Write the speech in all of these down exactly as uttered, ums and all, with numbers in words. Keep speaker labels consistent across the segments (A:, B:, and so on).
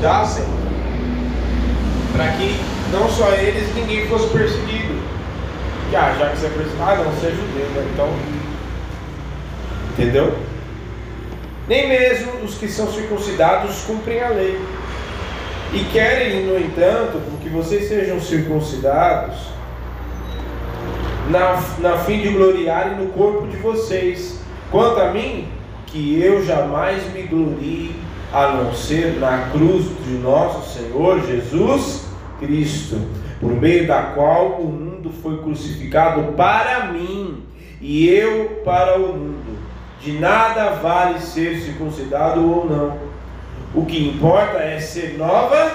A: ajudassem, para que não só eles, ninguém fosse perseguido. Que, ah, já que você é perseguido, ah, não, você é judeu, né? Então, entendeu? Nem mesmo os que são circuncidados cumprem a lei. E querem, no entanto, que vocês sejam circuncidados, na, na fim de gloriarem no corpo de vocês. Quanto a mim, que eu jamais me glorie, a não ser na cruz de nosso Senhor Jesus Cristo, por meio da qual o mundo foi crucificado para mim, e eu para o mundo. De nada vale ser circuncidado ou não. O que importa é ser nova,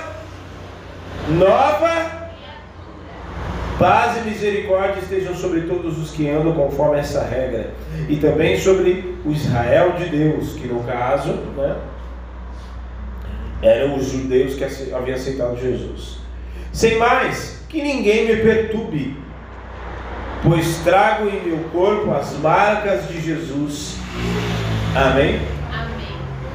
A: nova, paz e misericórdia estejam sobre todos os que andam conforme essa regra, e também sobre o Israel de Deus, que no caso, né, eram os judeus que haviam aceitado Jesus. Sem mais, que ninguém me perturbe, pois trago em meu corpo as marcas de Jesus. Amém?
B: Amém.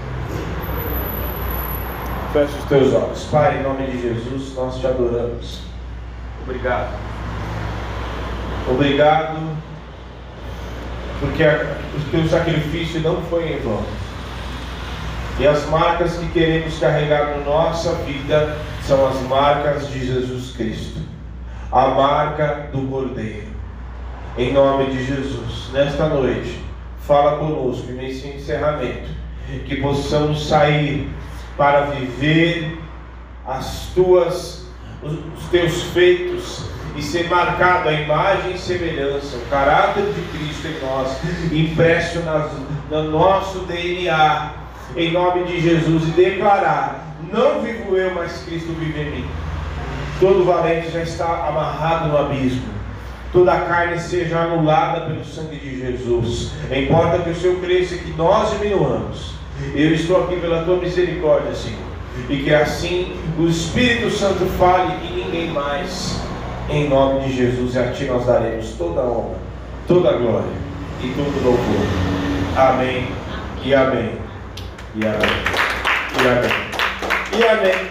A: Feche os teus olhos. Pai, em nome de Jesus, nós te adoramos. Obrigado. Obrigado, porque o teu sacrifício não foi em vão. E as marcas que queremos carregar na nossa vida são as marcas de Jesus Cristo, a marca do Cordeiro. Em nome de Jesus, nesta noite, fala conosco nesse encerramento, que possamos sair para viver as tuas, os, os teus feitos, e ser marcado a imagem e semelhança, o caráter de Cristo em nós, impresso nas, no nosso D N A, em nome de Jesus, e declarar: não vivo eu, mas Cristo vive em mim. Todo valente já está amarrado no abismo, toda a carne seja anulada pelo sangue de Jesus. Importa que o Senhor cresça e que nós diminuamos. Eu estou aqui pela tua misericórdia, Senhor, e que assim o Espírito Santo fale e ninguém mais. Em nome de Jesus, e a ti nós daremos toda a honra, toda a glória e todo o louvor. Amém e amém e amém e amém e amém.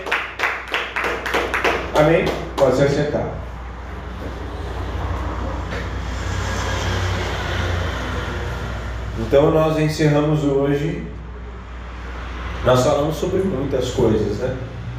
A: Amém? Pode se assentar. Então nós encerramos hoje. Nós falamos sobre muitas coisas, né?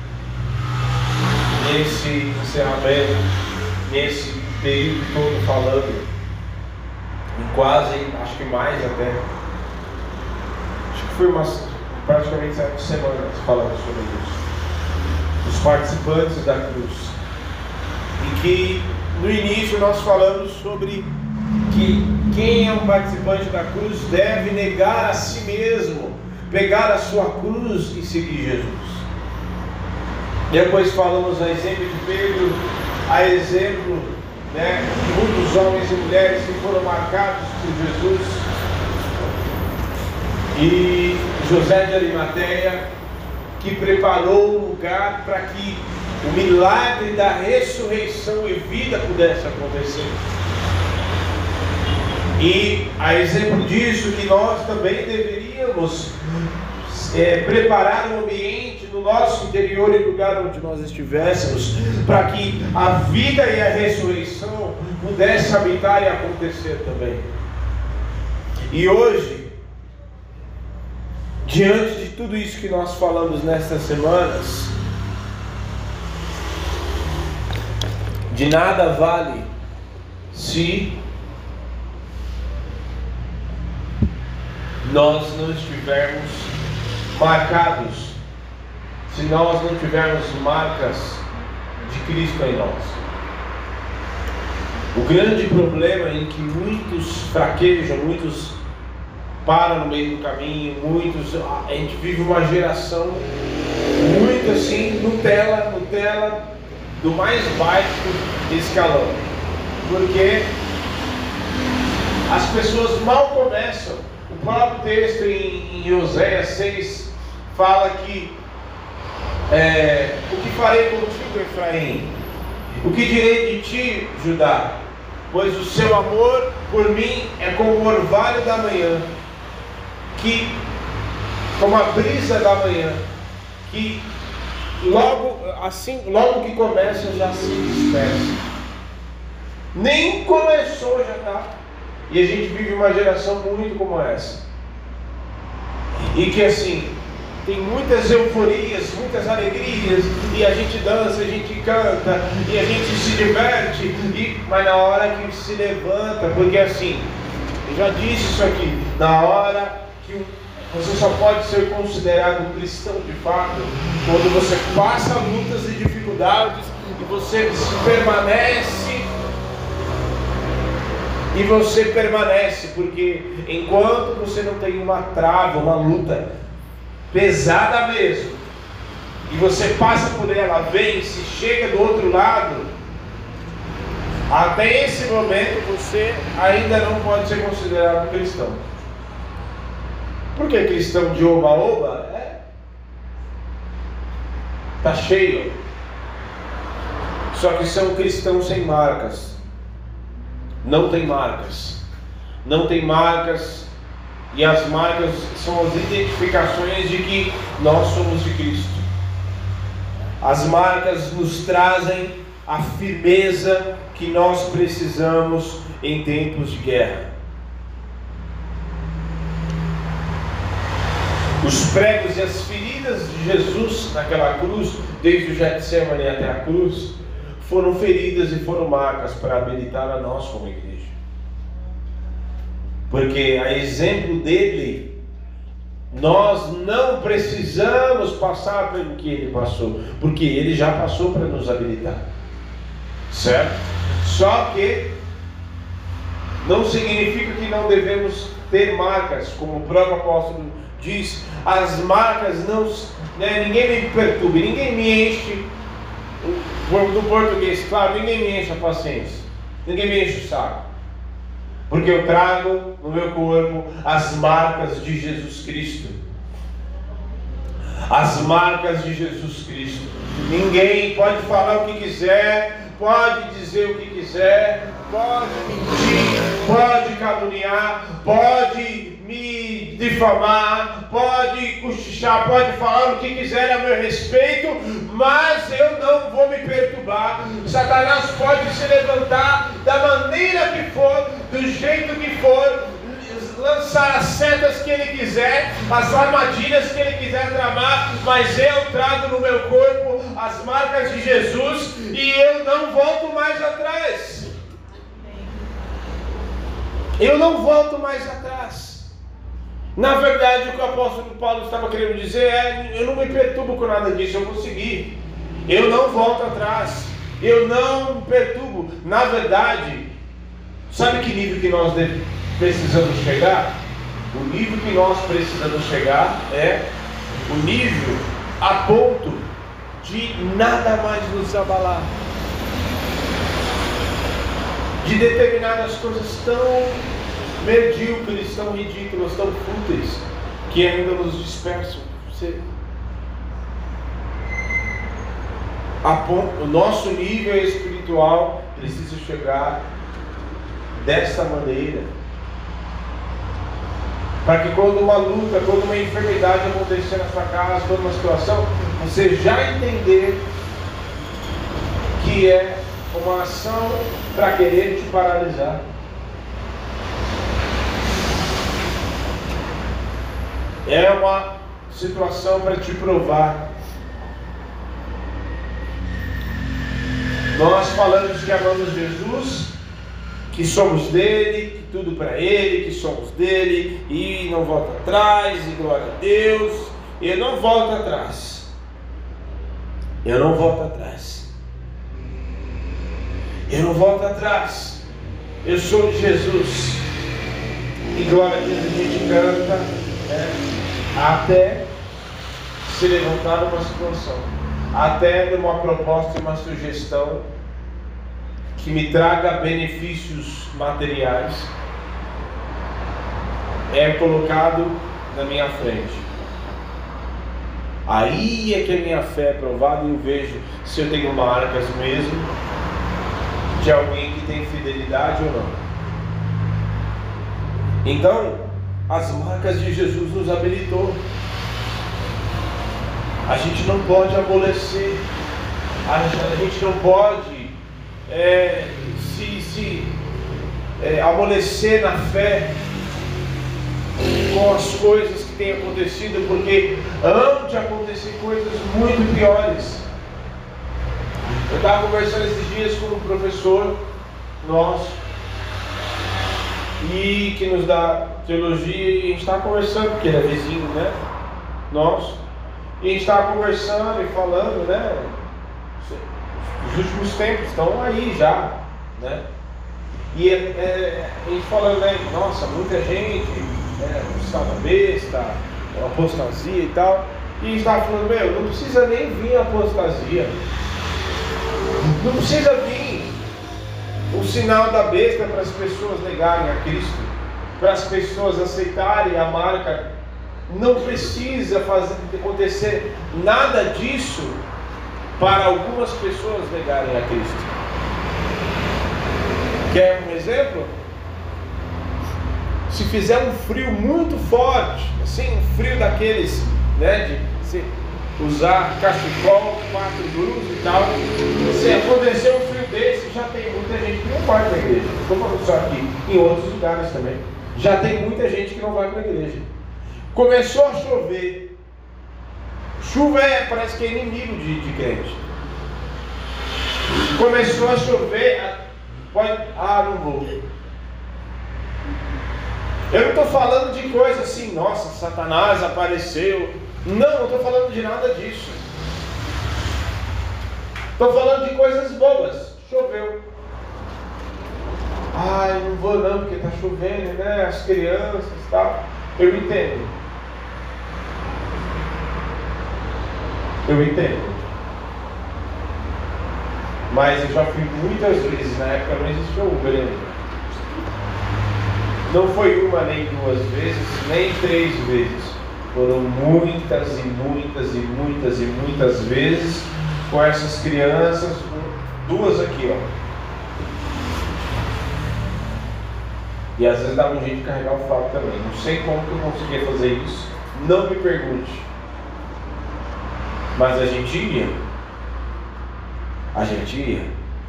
A: Nesse encerramento, nesse período todo falando, em quase, acho que mais até, acho que foi umas praticamente sete semanas falando sobre isso, os participantes da cruz, e que no início nós falamos sobre que quem é um participante da cruz deve negar a si mesmo, pegar a sua cruz e seguir Jesus. Depois falamos a exemplo de Pedro, a exemplo, né, de muitos homens e mulheres que foram marcados por Jesus, e José de Arimateia, que preparou um lugar para que o milagre da ressurreição e vida pudesse acontecer. E a exemplo disso, que nós também deveríamos é, preparar um ambiente no nosso interior e lugar onde nós estivéssemos, para que a vida e a ressurreição pudesse habitar e acontecer também. E hoje, diante de tudo isso que nós falamos nestas semanas, de nada vale se nós não estivermos marcados, se nós não tivermos marcas de Cristo em nós. O grande problema em que muitos fraquejam, muitos param no meio do caminho, muitos, a gente vive uma geração muito assim, Nutella, Nutella do mais baixo escalão, porque as pessoas mal começam. O próprio texto em, em Oséias seis fala que é, o que farei contigo, Efraim? O que direi de ti, Judá? Pois o seu amor por mim é como o orvalho da manhã, que, como a brisa da manhã, que logo assim, logo que começa já se dispersa. Nem começou já tá. E a gente vive uma geração muito como essa. E que assim, tem muitas euforias, muitas alegrias, e a gente dança, a gente canta, e a gente se diverte, e, mas na hora que se levanta, porque assim, eu já disse isso aqui, na hora que você só pode ser considerado um cristão de fato, quando você passa lutas e dificuldades, e você permanece, e você permanece, porque enquanto você não tem uma trava, uma luta pesada mesmo, e você passa por ela, vence, chega do outro lado, até esse momento você ainda não pode ser considerado um cristão. Porque cristão de oba-oba é, tá cheio. Só que são cristãos sem marcas. Não tem marcas. Não tem marcas. E as marcas são as identificações de que nós somos de Cristo. As marcas nos trazem a firmeza que nós precisamos em tempos de guerra. Os pregos e as feridas de Jesus naquela cruz, desde o Getsemane até a cruz, foram feridas e foram marcas para habilitar a nós como igreja. Porque a exemplo dele, nós não precisamos passar pelo que ele passou, porque ele já passou para nos habilitar, certo? Só que não significa que não devemos ter marcas, como o próprio apóstolo diz, as marcas não, né, ninguém me perturbe, ninguém me enche, do português, claro, ninguém me enche a paciência, ninguém me enche o saco. Porque eu trago no meu corpo as marcas de Jesus Cristo. As marcas de Jesus Cristo. Ninguém pode falar o que quiser, pode dizer o que quiser, pode mentir, pode caluniar, pode me difamar, pode cochichar, pode falar o que quiser a meu respeito, mas eu não vou me perturbar. Satanás pode se levantar da maneira que for, do jeito que for, lançar as setas que ele quiser, as armadilhas que ele quiser tramar, mas eu trago no meu corpo as marcas de Jesus e eu não volto mais atrás. Eu não volto mais atrás. Na verdade, o que o apóstolo Paulo estava querendo dizer é: eu não me perturbo com nada disso, eu vou seguir. Eu não volto atrás. Eu não me perturbo. Na verdade, sabe que nível que nós precisamos chegar? O nível que nós precisamos chegar é o nível a ponto de nada mais nos abalar. De determinadas coisas tão medíocres, tão ridículas, tão fúteis, que ainda nos dispersam. Você... O nosso nível espiritual precisa chegar dessa maneira, para que quando uma luta, quando uma enfermidade acontecer na sua casa, quando uma situação, você já entender que é uma ação para querer te paralisar. É uma situação para te provar. Nós falamos que amamos Jesus, que somos dele, que tudo para ele, que somos dele, e não volta atrás, e glória a Deus. Eu não volto atrás. Eu não volto atrás. Eu não volto atrás. Eu sou de Jesus. E glória a Deus, a gente canta, né, até se levantar uma situação, até numa proposta e uma sugestão que me traga benefícios materiais, é colocado na minha frente. Aí é que a minha fé é provada e eu vejo se eu tenho marcas mesmo de alguém que tem fidelidade ou não. Então, as marcas de Jesus nos habilitou. A gente não pode amolecer. A gente não pode é, se, se é, amolecer na fé com as coisas que têm acontecido, porque hão de acontecer coisas muito piores. Eu estava conversando esses dias com um professor nosso, e que nos dá teologia, e a gente estava conversando, porque ele é vizinho, né, nosso, e a gente estava conversando e falando, né, os últimos tempos estão aí já, né, e é, é, a gente falando, né, nossa, muita gente, né, está na besta, apostasia e tal, e a gente estava falando, meu, não precisa nem vir a apostasia, não precisa vir o sinal da besta para as pessoas negarem a Cristo, para as pessoas aceitarem a marca. Não precisa fazer, acontecer nada disso para algumas pessoas negarem a Cristo. Quer um exemplo? Se fizer um frio muito forte, assim, um frio daqueles, né, de se usar cachecol, quatro blusas e tal, se acontecer um frio desse, já tem muita gente que não vai para a igreja. Estou falando só aqui, em outros lugares também. Já tem muita gente que não vai para a igreja. Começou a chover. Chuva é, parece que é inimigo de, de crente. Começou a chover, pode, ah, não vou. Eu não estou falando de coisa assim, nossa, Satanás apareceu. Não, não estou falando de nada disso. Estou falando de coisas bobas. Choveu. Ai, não vou não, porque está chovendo, né? As crianças e tal. Eu entendo. Eu entendo. Mas eu já fui muitas vezes, na época não existia Uber ainda. Não foi uma nem duas vezes, nem três vezes. Foram muitas e muitas e muitas e muitas vezes com essas crianças, duas aqui, ó. E às vezes dava um jeito de carregar o fardo também. Não sei como que eu conseguia fazer isso, não me pergunte. Mas a gente ia. A gente ia.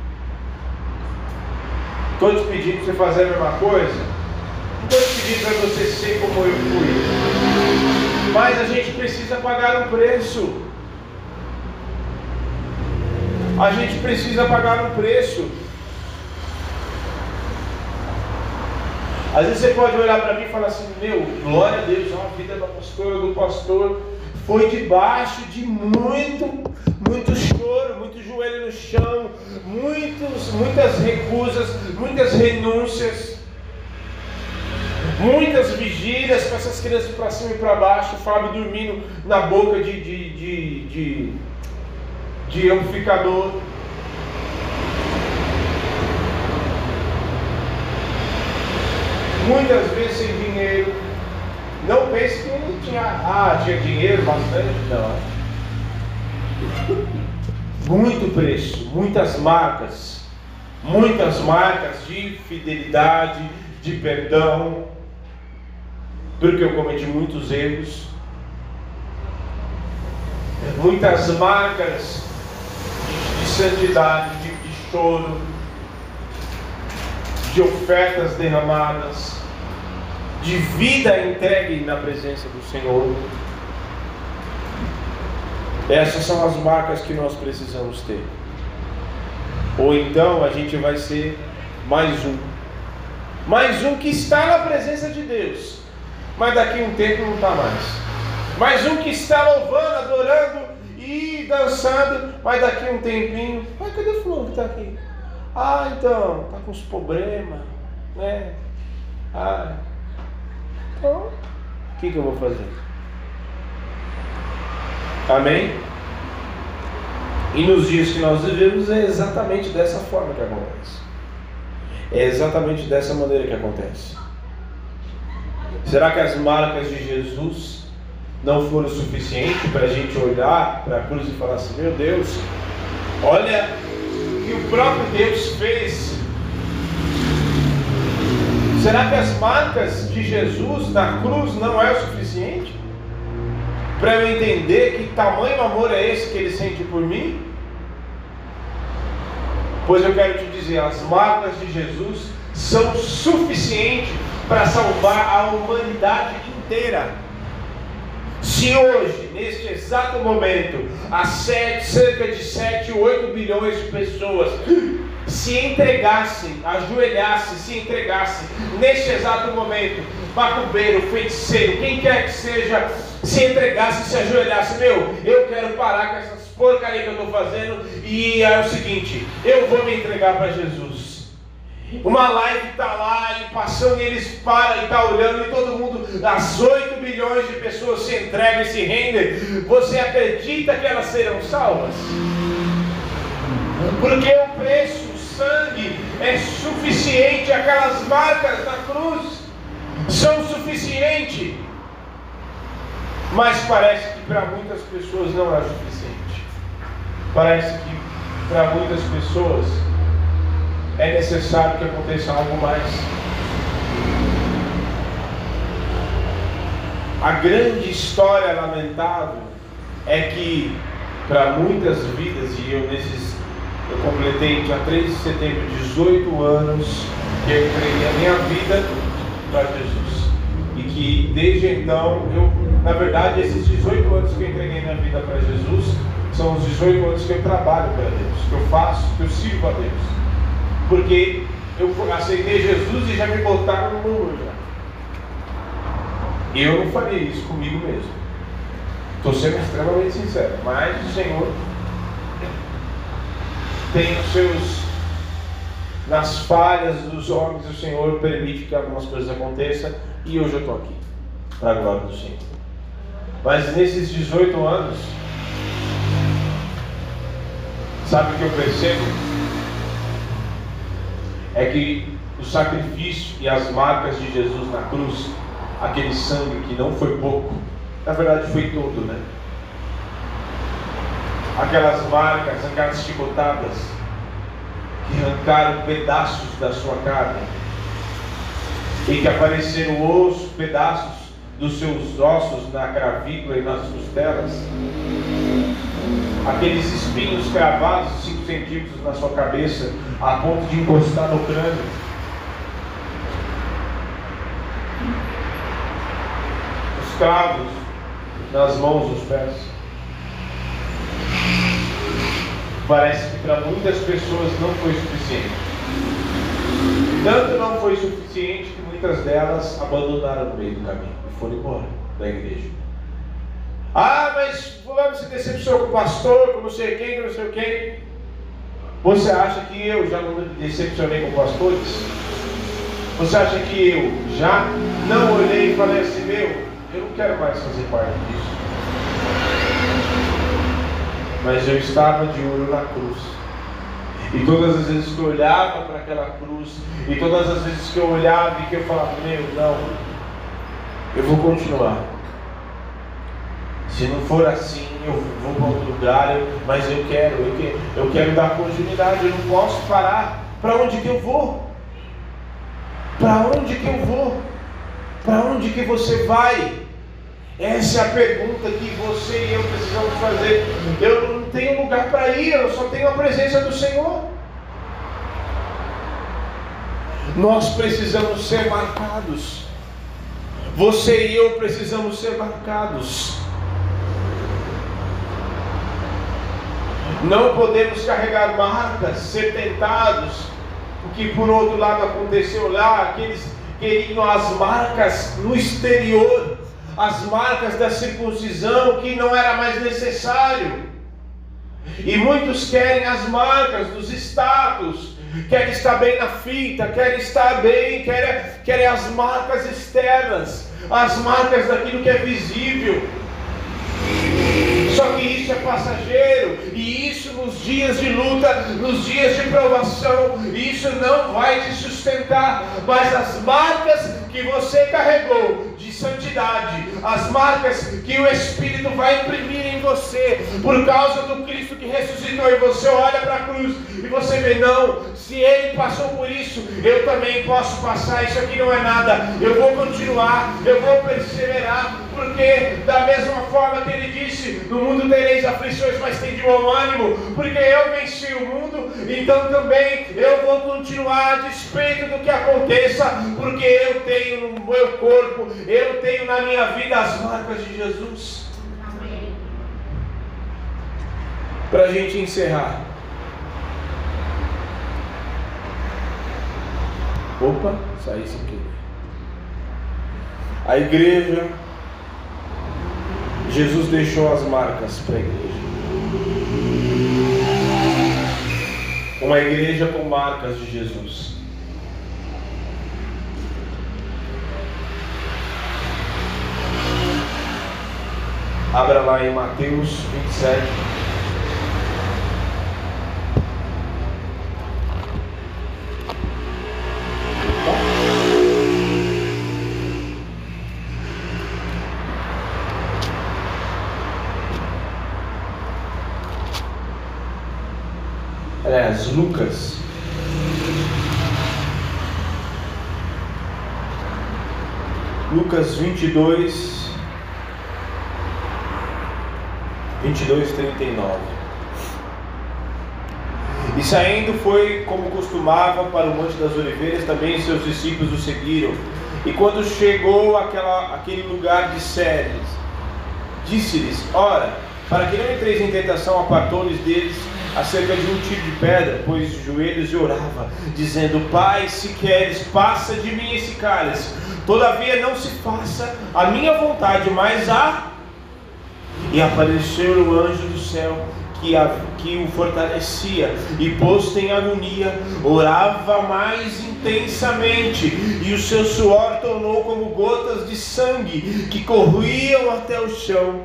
A: Estou te pedindo para você fazer a mesma coisa? Não estou te pedindo para você ser como eu fui. Mas a gente precisa pagar um preço. A gente precisa pagar um preço. Às vezes você pode olhar para mim e falar assim, meu, glória a Deus, a vida da pastora, do pastor foi debaixo de muito, muito choro, muito joelho no chão, muitos, muitas recusas, muitas renúncias, muitas vigílias com essas crianças para cima e para baixo, o Fábio dormindo na boca de, de, de, de, de amplificador. Muitas vezes sem dinheiro. Não pense que ele tinha, ah, tinha dinheiro bastante, não. Muito preço, muitas marcas, muitas marcas de fidelidade, de perdão, porque eu cometi muitos erros, muitas marcas de, de santidade, de, de choro, de ofertas derramadas, de vida entregue na presença do Senhor. Essas são as marcas que nós precisamos ter. Ou então a gente vai ser mais um, mais um que está na presença de Deus, mas daqui a um tempo não está mais. Mais um que está louvando, adorando e dançando, mas daqui a um tempinho, mas cadê o fulano que está aqui? Ah, então, está com uns problemas, né? Ah, então, o que, que eu vou fazer? Amém? E nos dias que nós vivemos é exatamente dessa forma que acontece. É exatamente dessa maneira que acontece. Será que as marcas de Jesus não foram suficientes para a gente olhar para a cruz e falar assim, meu Deus, olha o que o próprio Deus fez? Será que as marcas de Jesus na cruz não é o suficiente? para eu entender que tamanho amor é esse que Ele sente por mim? Pois eu quero te dizer, as marcas de Jesus são suficientes para salvar a humanidade inteira. Se hoje, neste exato momento, há sete, cerca de sete, oito bilhões de pessoas se entregassem, ajoelhassem, se entregassem, neste exato momento, macumbeiro, feiticeiro, quem quer que seja, se entregasse, se ajoelhasse, meu, eu quero parar com essas porcaria que eu estou fazendo, e é o seguinte, eu vou me entregar para Jesus. Uma live está lá e passando, e eles param e está olhando, e todo mundo, as oito bilhões de pessoas se entregam e se rendem. Você acredita que elas serão salvas? Porque o preço, o sangue é suficiente, aquelas marcas na cruz são suficientes. Mas parece que para muitas pessoas não é suficiente. Parece que para muitas pessoas é necessário que aconteça algo mais. A grande história lamentável é que para muitas vidas, e eu nesses, eu completei dia três de setembro, dezoito anos que eu entreguei a minha vida para Jesus. E que desde então, eu, na verdade, esses dezoito anos que eu entreguei minha vida para Jesus, são os dezoito anos que eu trabalho para Deus, que eu faço, que eu sirvo a Deus. Porque eu aceitei Jesus e já me botaram no mundo já. Eu não faria isso comigo mesmo. Estou sendo extremamente sincero. Mas o Senhor tem os seus... Nas falhas dos homens, o Senhor permite que algumas coisas aconteçam. E hoje eu estou aqui, para a glória do Senhor. Mas nesses dezoito anos, sabe o que eu percebo? É que o sacrifício e as marcas de Jesus na cruz, aquele sangue que não foi pouco, na verdade foi todo, né? Aquelas marcas, aquelas chicotadas que arrancaram pedaços da sua carne e que apareceram osso, pedaços dos seus ossos na cravícula e nas costelas, aqueles espinhos cravados cinco centímetros na sua cabeça, a ponto de encostar no crânio, os cravos nas mãos, nos pés. Parece que para muitas pessoas não foi suficiente. Tanto não foi suficiente que muitas delas abandonaram no meio do caminho e foram embora da igreja. Ah, mas fulano se decepcionou com o pastor, com não sei quem, com não sei quem. Você acha que eu já não me decepcionei com pastores? Você acha que eu já não olhei e falei assim, meu, eu não quero mais fazer parte disso? Mas eu estava de olho na cruz. E todas as vezes que eu olhava para aquela cruz, e todas as vezes que eu olhava e que eu falava, meu, não, eu vou continuar. Se não for assim, eu vou para outro lugar, eu, mas eu quero, eu quero, eu quero dar continuidade, eu não posso parar. Para onde que eu vou? Para onde que eu vou? Para onde que você vai? Essa é a pergunta que você e eu precisamos fazer. Eu não tenho lugar para ir, eu só tenho a presença do Senhor. Nós precisamos ser marcados. Você e eu precisamos ser marcados. Não podemos carregar marcas, ser tentados. O que por outro lado aconteceu lá, aqueles queriam as marcas no exterior, as marcas da circuncisão, que não era mais necessário. E muitos querem as marcas dos status, querem estar bem na fita, querem estar bem, querem, querem as marcas externas, as marcas daquilo que é visível. Só que isso é passageiro, e isso nos dias de luta, nos dias de provação, isso não vai te sustentar. Mas as marcas que você carregou de santidade, as marcas que o Espírito vai imprimir em você, por causa do Cristo que ressuscitou, e você olha para a cruz e você vê, não, se Ele passou por isso, eu também posso passar, isso aqui não é nada, eu vou continuar, eu vou perseverar, porque da mesma forma que Ele disse, no mundo tereis aflições, mas tem de bom ânimo, porque eu venci o mundo, então também eu vou continuar a despeito do que aconteça, porque eu tenho no meu corpo, eu tenho na minha vida as marcas de Jesus. Amém. Para a gente encerrar. Opa, saí sem querer. A igreja, Jesus deixou as marcas para a igreja. Uma igreja com marcas de Jesus. Abra lá em Mateus vinte e sete. Aliás, Lucas. Lucas vinte e dois, vinte e dois, trinta e nove. E saindo foi como costumava para o Monte das Oliveiras, também seus discípulos o seguiram. E quando chegou àquela, àquele lugar de Séries, disse-lhes: ora, para que não entreis em tentação, apartou-lhes deles acerca de um tiro de pedra, pôs os joelhos e orava, dizendo: Pai, se queres, passa de mim esse cálice, todavia não se faça a minha vontade, mas a... E apareceu o anjo do céu, que, a, que o fortalecia, e posto em agonia, orava mais intensamente, e o seu suor tornou como gotas de sangue, que corriam até o chão.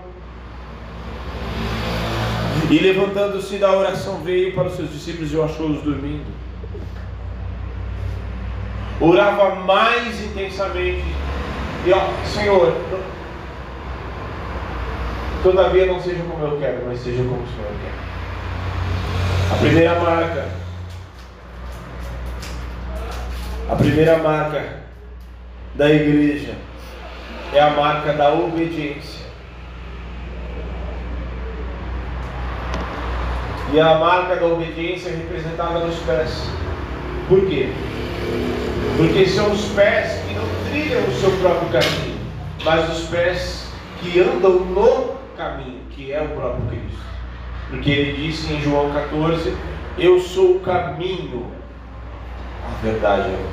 A: E levantando-se da oração, veio para os seus discípulos e achou-os dormindo. Orava mais intensamente. E ó, Senhor, todavia não seja como eu quero, mas seja como o Senhor quer. A primeira marca. A primeira marca da igreja é a marca da obediência. E a marca da obediência é representada nos pés. Por quê? Porque são os pés que não trilham o seu próprio caminho, mas os pés que andam no caminho, que é o próprio Cristo. Porque Ele disse em João quatorze: eu sou o caminho, a verdade é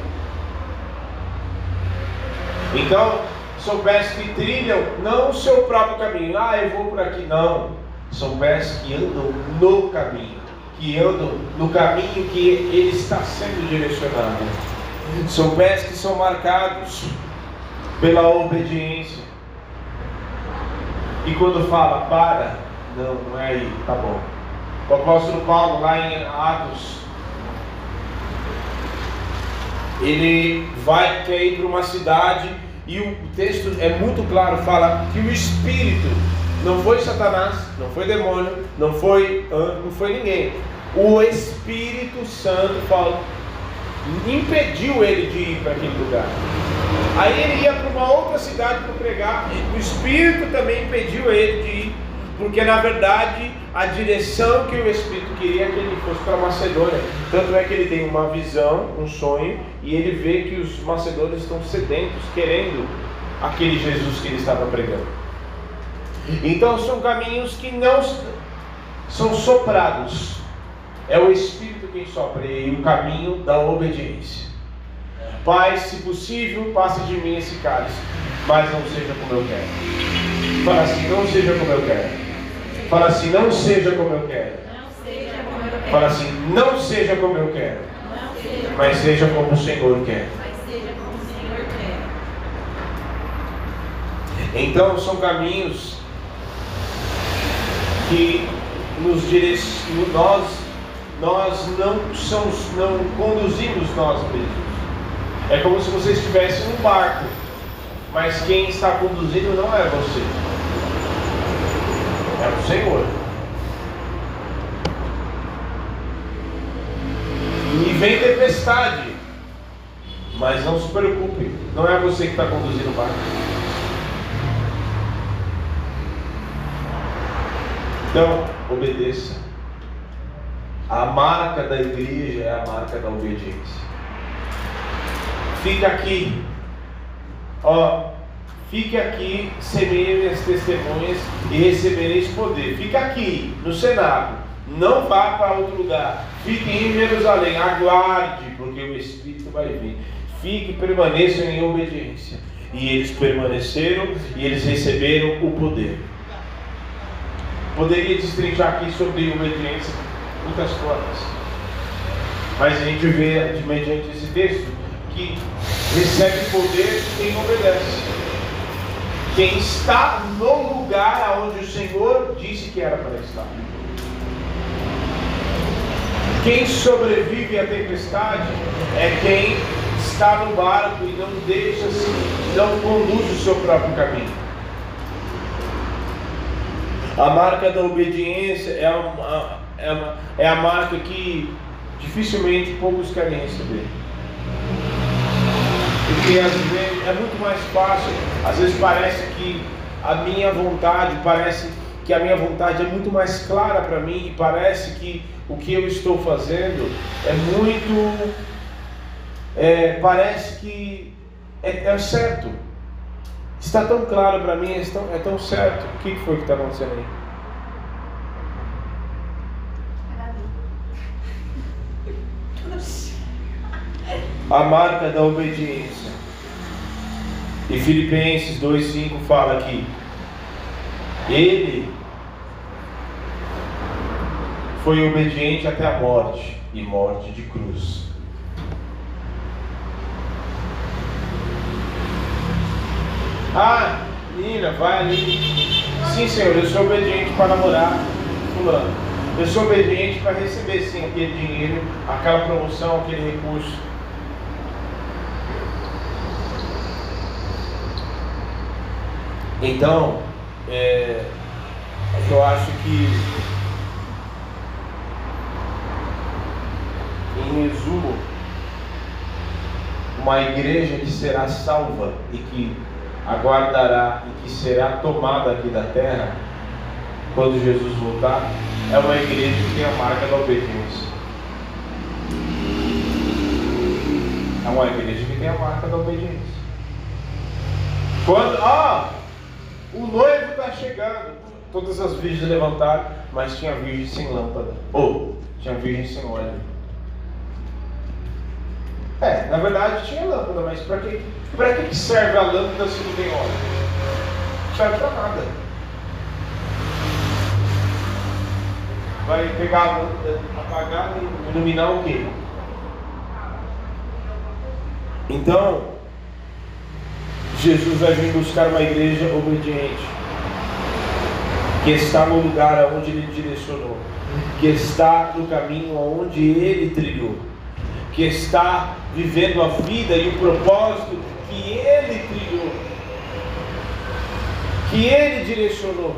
A: eu. Então, são pés que trilham não o seu próprio caminho. Ah, eu vou por aqui. Não. São pés que andam no caminho, que andam no caminho que ele está sendo direcionado. São pés que são marcados pela obediência. E quando fala para, não, não é aí, tá bom. O apóstolo Paulo, lá em Atos, ele vai quer ir para uma cidade, e o texto é muito claro, fala que o Espírito, não foi Satanás, não foi demônio, não foi anjo, não foi ninguém. O Espírito Santo falou, impediu ele de ir para aquele lugar. Aí ele ia para uma outra cidade para pregar. O Espírito também impediu ele de ir, porque na verdade a direção que o Espírito queria é que ele fosse para Macedônia. Tanto é que ele tem uma visão, um sonho, e ele vê que os macedônios estão sedentos, querendo aquele Jesus que ele estava pregando. Então são caminhos que não são soprados. É o Espírito quem sopra, e o caminho da obediência. Pai, se possível, passe de mim esse cálice, mas não seja como eu quero. Fala assim, não seja como eu quero. Fala assim, não seja como eu quero. Fala assim, não seja como eu quero, mas seja como o Senhor quer. Então são caminhos que nos direcionam, nós, nós não somos, não conduzimos nós mesmos. É como se você estivesse num barco, mas quem está conduzindo não é você. É o Senhor. E vem tempestade, mas não se preocupe, não é você que está conduzindo o barco. Então, obedeça. A marca da igreja é a marca da obediência. Fica aqui, ó, fique aqui, semeie as testemunhas e recebereis poder. Fica aqui, no cenáculo, não vá para outro lugar. Fique em Jerusalém, aguarde, porque o Espírito vai vir. Fique e permaneçam em obediência. E eles permaneceram e eles receberam o poder. Poderia destrinchar aqui sobre obediência muitas formas, mas a gente vê, mediante esse texto, que recebe poder quem obedece, quem está no lugar onde o Senhor disse que era para estar. Quem sobrevive à tempestade é quem está no barco e não deixa-se, não conduz o seu próprio caminho. A marca da obediência é, uma, é, uma, é a marca que dificilmente poucos querem receber. Porque às vezes é muito mais fácil, às vezes parece que a minha vontade, parece que a minha vontade é muito mais clara para mim e parece que o que eu estou fazendo é muito, é, parece que é, é certo. Está tão claro para mim, é tão, é tão certo. O que foi que está acontecendo aí? A marca da obediência. E Filipenses dois, cinco fala que ele foi obediente até a morte, e morte de cruz. Ah, menina, vai ali. Sim, Senhor, eu sou obediente para namorar fulano. Eu sou obediente para receber, sim, aquele dinheiro, aquela promoção, aquele recurso. Então, é, eu acho que, em resumo, uma igreja que será salva e que aguardará e que será tomada aqui da terra quando Jesus voltar, é uma igreja que tem a marca da obediência. É uma igreja que tem a marca da obediência. Quando, ah, o noivo está chegando, todas as virgens levantaram, mas tinha virgem sem lâmpada, ou tinha virgem sem óleo. É, na verdade tinha lâmpada, mas para que, para que serve a lâmpada se não tem óleo? Não serve para nada. Vai pegar a lâmpada, apagar e iluminar o quê? Então, Jesus vai vir buscar uma igreja obediente, que está no lugar aonde Ele direcionou, que está no caminho aonde Ele trilhou, que está vivendo a vida e o propósito que Ele trilhou, que Ele direcionou.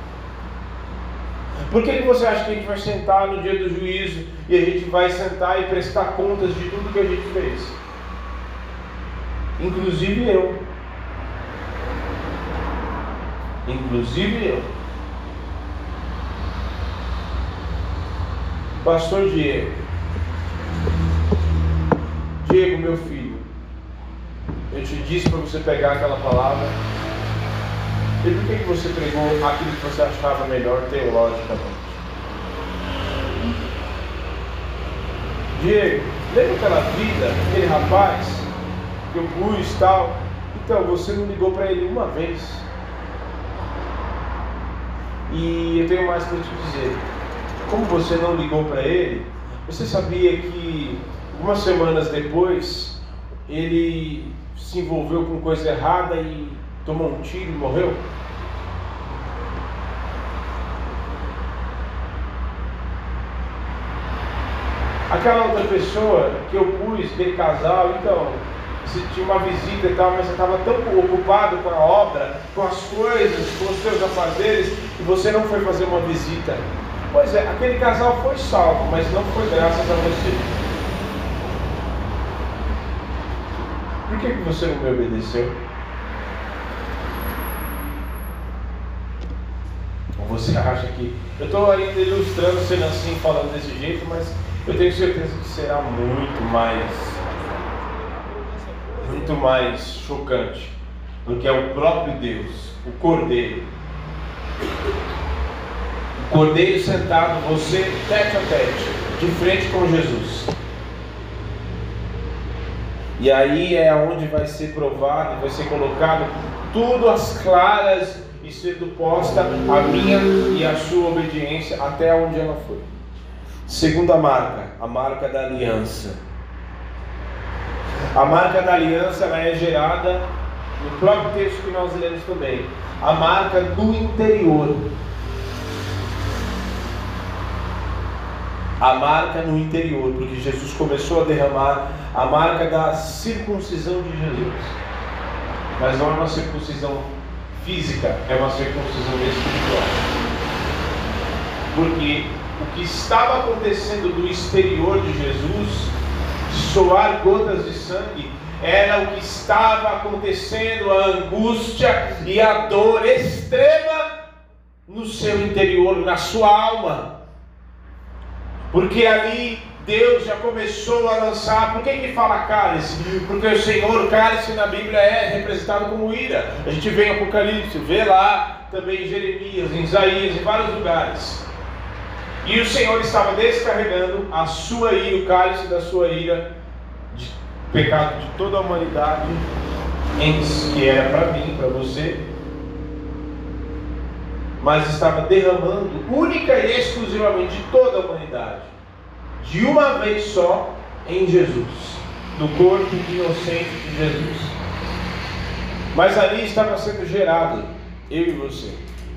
A: Por que que você acha que a gente vai sentar no dia do juízo e a gente vai sentar e prestar contas de tudo que a gente fez? Inclusive eu. Inclusive eu. Pastor Diego. Diego, meu filho, eu te disse para você pegar aquela palavra. E por que que você pregou aquilo que você achava melhor teologicamente? Diego, lembra aquela vida, aquele rapaz que eu pus e tal? Então, você não ligou para ele uma vez. E eu tenho mais para te dizer. Como você não ligou para ele, você sabia que algumas semanas depois ele se envolveu com coisa errada e tomou um tiro e morreu? Aquela outra pessoa que eu pus, aquele casal, então, você tinha uma visita e tal, mas você estava tão ocupado com a obra, com as coisas, com os seus afazeres, que você não foi fazer uma visita. Pois é, aquele casal foi salvo, mas não foi graças a você. Por que, que você não me obedeceu? Ou você acha que... Eu estou ainda ilustrando sendo assim, falando desse jeito, mas eu tenho certeza que será muito mais... muito mais chocante, porque é o próprio Deus, o Cordeiro. O Cordeiro sentado, você tete a tete, de frente com Jesus. E aí é onde vai ser provado, vai ser colocado tudo às claras e sendo posta a minha e a sua obediência até onde ela foi. Segunda marca, a marca da aliança. A marca da aliança ela é gerada no próprio texto que nós lemos também. A marca do interior. A marca no interior, porque Jesus começou a derramar a marca da circuncisão de Jesus. Mas não é uma circuncisão física, é uma circuncisão espiritual. Porque o que estava acontecendo do exterior de Jesus, de soar gotas de sangue, era o que estava acontecendo, a angústia e a dor extrema no seu interior, na sua alma. Porque ali Deus já começou a lançar. Por que que fala cálice? Porque o Senhor, cálice na Bíblia é representado como ira. A gente vê em Apocalipse, vê lá também em Jeremias, em Isaías, em vários lugares. E o Senhor estava descarregando a sua ira, o cálice da sua ira, de pecado de toda a humanidade, que era para mim, para você, mas estava derramando única e exclusivamente de toda a humanidade, de uma vez só, em Jesus, no corpo inocente de Jesus. Mas ali estava sendo gerado, eu e você.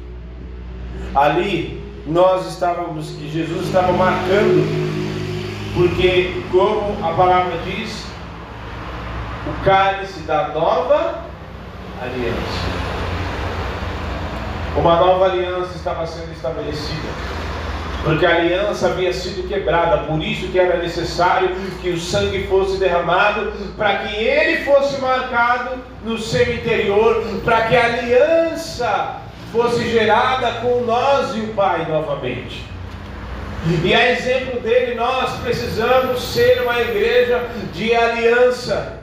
A: Ali nós estávamos, que Jesus estava marcando, porque como a palavra diz, o cálice da nova aliança. Uma nova aliança estava sendo estabelecida, porque a aliança havia sido quebrada, por isso que era necessário que o sangue fosse derramado, para que ele fosse marcado no seu interior, para que a aliança fosse gerada com nós e o Pai novamente. E a exemplo dele, nós precisamos ser uma igreja de aliança.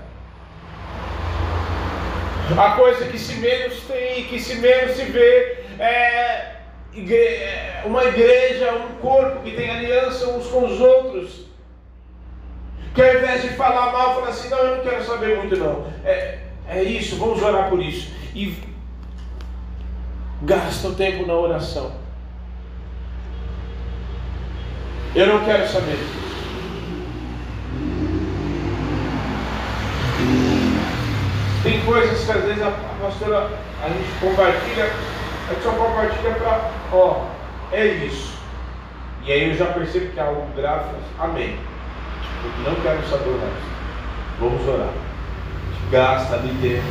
A: A coisa que se menos tem, que se menos se vê, é uma igreja, um corpo que tem aliança uns com os outros, que ao invés de falar mal, fala assim, não, eu não quero saber muito não, é, é isso, vamos orar por isso, e gasta o tempo na oração. Eu não quero saber. Tem coisas que às vezes a, a pastora, a gente compartilha, a gente só compartilha para, ó, é isso. E aí eu já percebo que há algo grave, amém. Tipo, não quero saber o resto. Vamos orar. Gasta ali tempo,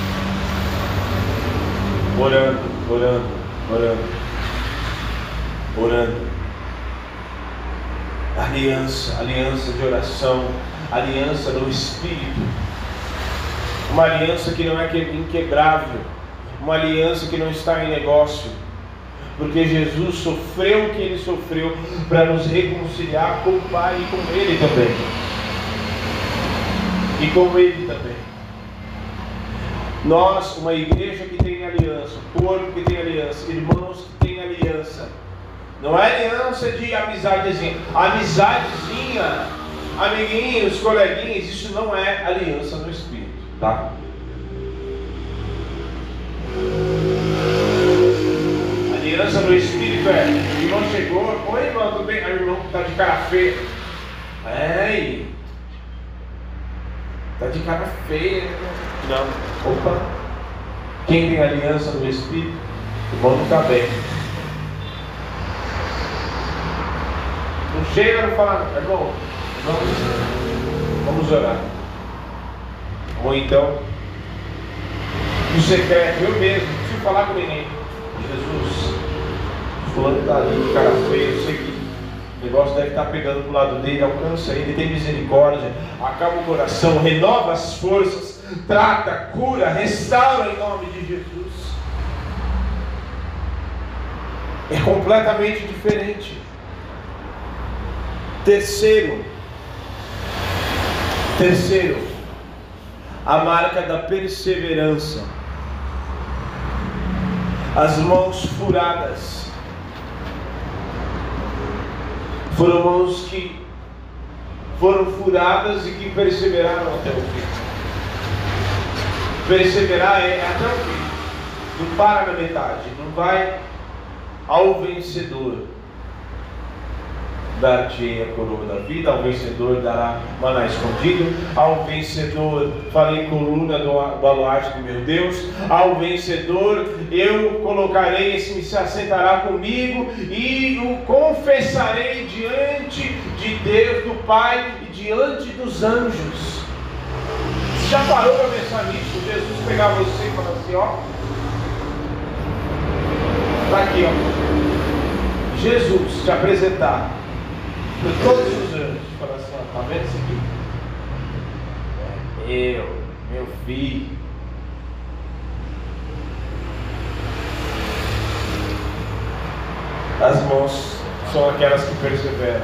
A: ó. Orando, orando, orando. Orando. Aliança, aliança de oração, aliança no Espírito. Uma aliança que não é inquebrável, uma aliança que não está em negócio, porque Jesus sofreu o que Ele sofreu para nos reconciliar com o Pai e com Ele também, e com Ele também. Nós, uma igreja que tem aliança, um corpo que tem aliança, irmãos que tem aliança, não é aliança de amizadezinha, amizadezinha, amiguinhos, coleguinhas, isso não é aliança no Espírito. Tá? Aliança no Espírito é, o irmão chegou, oi irmão, tudo bem? Aí o irmão está de cara feia. Ei, está de cara feia. Não, opa. Quem tem aliança no Espírito, o irmão não está bem. Não chega e fala, irmão, vamos, vamos orar. Ou então, no secreto, eu mesmo, não preciso falar com ninguém. Jesus, fulano está ali, cara feio, eu sei que o negócio deve estar pegando pro lado dele, alcança ele, tem misericórdia, acalma o coração, renova as forças, trata, cura, restaura em nome de Jesus. É completamente diferente. Terceiro, terceiro, a marca da perseverança. As mãos furadas foram mãos que foram furadas e que perseveraram até o fim. Perseverar é até o fim. Não para na metade, não vai. Ao vencedor dar-te a coroa da vida, ao vencedor dará maná escondido, ao vencedor farei coluna do baluarte do meu Deus, ao vencedor eu colocarei, esse me se assentará comigo e o confessarei diante de Deus, do Pai e diante dos anjos. Você já parou para pensar nisso? Jesus pegar você e falar assim, ó, está aqui, ó, Jesus te apresentar para todos os anjos, falar assim, ó, tá vendo isso aqui? É eu, meu filho. As mãos são aquelas que perseveram.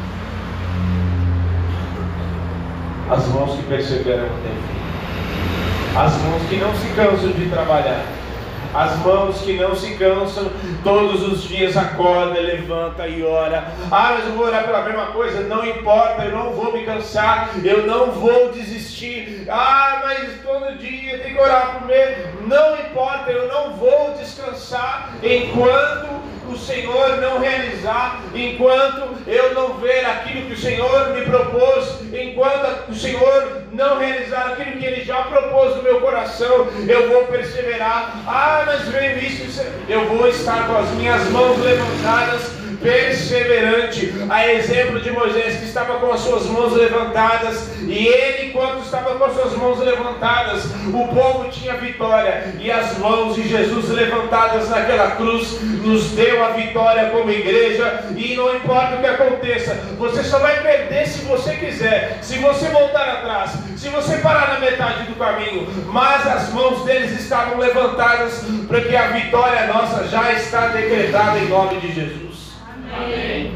A: As mãos que perseveram até o fim. As mãos que não se cansam de trabalhar. As mãos que não se cansam, todos os dias acorda, levanta e ora. Ah, mas eu vou orar pela mesma coisa. Não importa, eu não vou me cansar, eu não vou desistir. Ah, mas todo dia tem que orar por mim. Não importa, eu não vou descansar enquanto o Senhor não realizar, enquanto eu não ver aquilo que o Senhor me propôs, enquanto o Senhor não realizar aquilo que Ele já propôs no meu coração, eu vou perseverar. Ah, mas veio isso, eu vou estar com as minhas mãos levantadas, perseverante, a exemplo de Moisés, que estava com as suas mãos levantadas, e ele, enquanto estava com as suas mãos levantadas, o povo tinha vitória, e as mãos de Jesus levantadas naquela cruz nos deu a vitória como igreja. E não importa o que aconteça, você só vai perder se você quiser, se você voltar atrás, se você parar na metade do caminho, mas as mãos deles estavam levantadas, porque a vitória nossa já está decretada em nome de Jesus. Amém.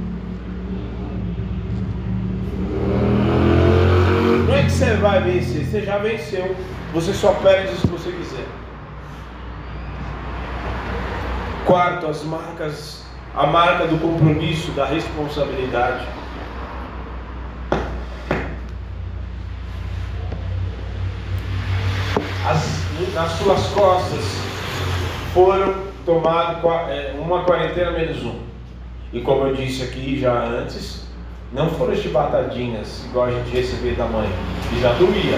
A: Não é que você vai vencer, você já venceu. Você só perde se você quiser. Quarto, as marcas, a marca do compromisso, da responsabilidade. As, nas suas costas foram tomadas uma quarentena menos um. E como eu disse aqui já antes, não foram chibatadinhas igual a gente recebia da mãe, que já doía.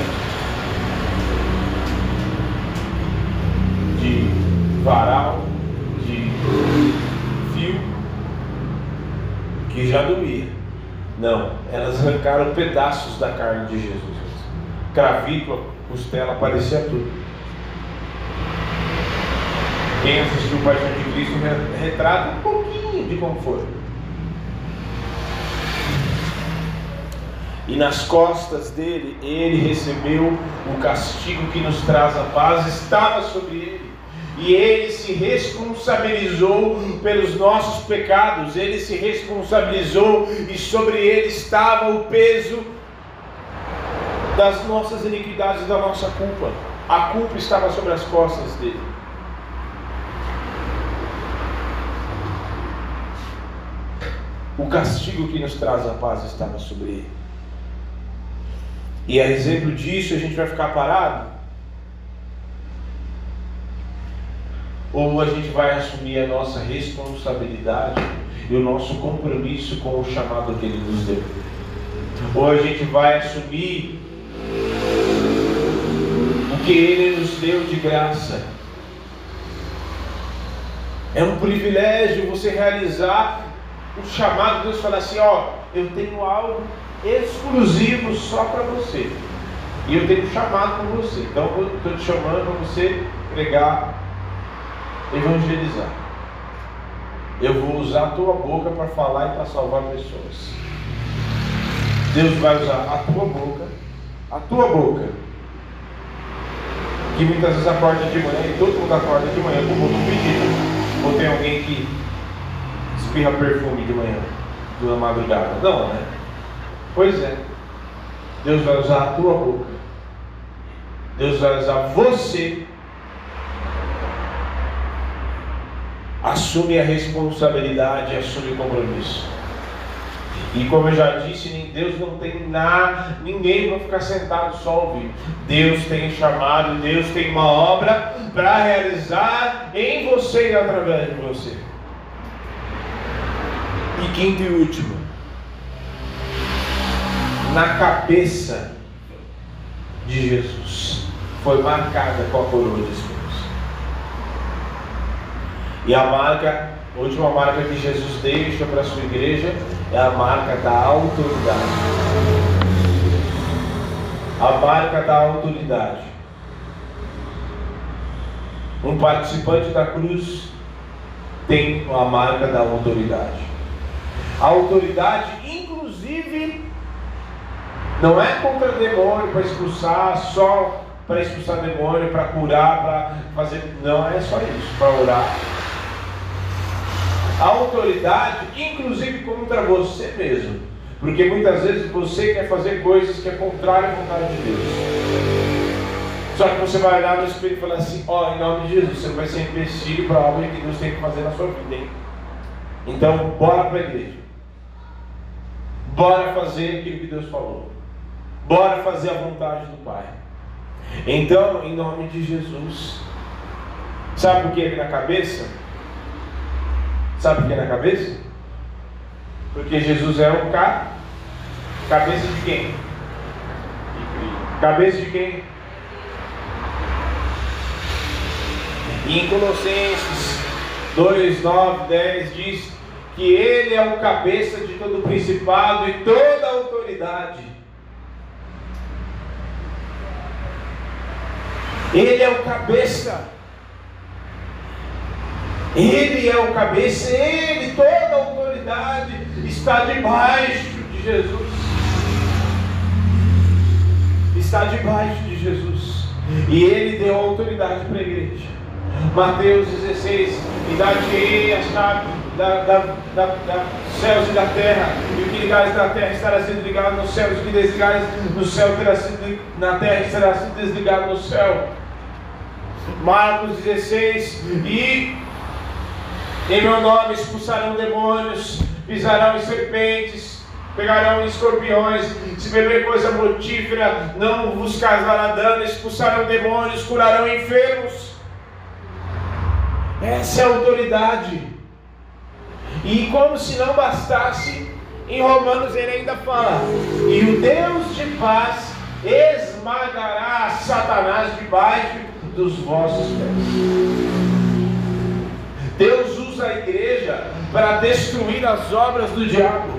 A: De varal, de fio, que já doía. Não, elas arrancaram pedaços da carne de Jesus. Clavícula, costela, aparecia tudo. Quem assistiu o Paixão de Cristo retrata um pouquinho de como foi. E nas costas dele, ele recebeu o castigo que nos traz a paz, estava sobre ele. E ele se responsabilizou pelos nossos pecados, ele se responsabilizou e sobre ele estava o peso das nossas iniquidades e da nossa culpa. A culpa estava sobre as costas dele. O castigo que nos traz a paz estava sobre ele. E a exemplo disso, a gente vai ficar parado? Ou a gente vai assumir a nossa responsabilidade e o nosso compromisso com o chamado que ele nos deu? Ou a gente vai assumir o que ele nos deu de graça? É um privilégio você realizar o chamado de Deus, falar assim, ó, eu tenho algo exclusivo só para você. E eu tenho chamado para você. Então eu estou te chamando para você pregar, evangelizar. Eu vou usar a tua boca para falar e para salvar pessoas. Deus vai usar a tua boca, a tua boca, que muitas vezes acorda de manhã, e todo mundo acorda de manhã com o boca pedido. Ou tem alguém que espirra perfume de manhã, na madrugada? Não, né? Pois é. Deus vai usar a tua boca. Deus vai usar você. Assume a responsabilidade, assume o compromisso. E como eu já disse, Deus não tem nada, ninguém para ficar sentado só ouvindo. Deus tem chamado, Deus tem uma obra para realizar em você e através de você. E quinto e último, na cabeça de Jesus foi marcada com a coroa de espinhos. E a marca, a última marca que Jesus deixa para a sua igreja é a marca da autoridade. A marca da autoridade. Um participante da cruz tem a marca da autoridade. A autoridade, inclusive, não é contra demônio para expulsar, só para expulsar demônio, para curar, para fazer. Não é só isso, para orar. A autoridade, inclusive contra você mesmo, porque muitas vezes você quer fazer coisas que é contrária à vontade de Deus. Só que você vai olhar no espelho e falar assim: ó, oh, em nome de Jesus, você não vai ser empecilho para a obra que Deus tem que fazer na sua vida, hein? Então, bora para a igreja. Bora fazer aquilo que Deus falou. Bora fazer a vontade do Pai. Então, em nome de Jesus. Sabe o que é na cabeça? Sabe o que é na cabeça? Porque Jesus é um cara. Cabeça de quem? Cabeça de quem? E em Colossenses dois, nove, dez diz que Ele é o cabeça de todo o principado e toda a autoridade. Ele é o cabeça. Ele é o cabeça, Ele, toda a autoridade está debaixo de Jesus. Está debaixo de Jesus. E Ele deu autoridade para a igreja. Mateus dezesseis, e dar-te-ei a chave da, da, da, da céus e da terra, e o que ligares na terra estará sendo ligado nos céus, e o que desligares no céu terá sido na terra estará sendo desligado no céu. Marcos dezesseis, e em meu nome expulsarão demônios, pisarão em serpentes, pegarão em escorpiões, se beber coisa mortífera, não vos causará dano, expulsarão demônios, curarão enfermos. Essa é a autoridade. E como se não bastasse, em Romanos ele ainda fala: e o Deus de paz esmagará Satanás debaixo dos vossos pés. Deus usa a igreja para destruir as obras do diabo.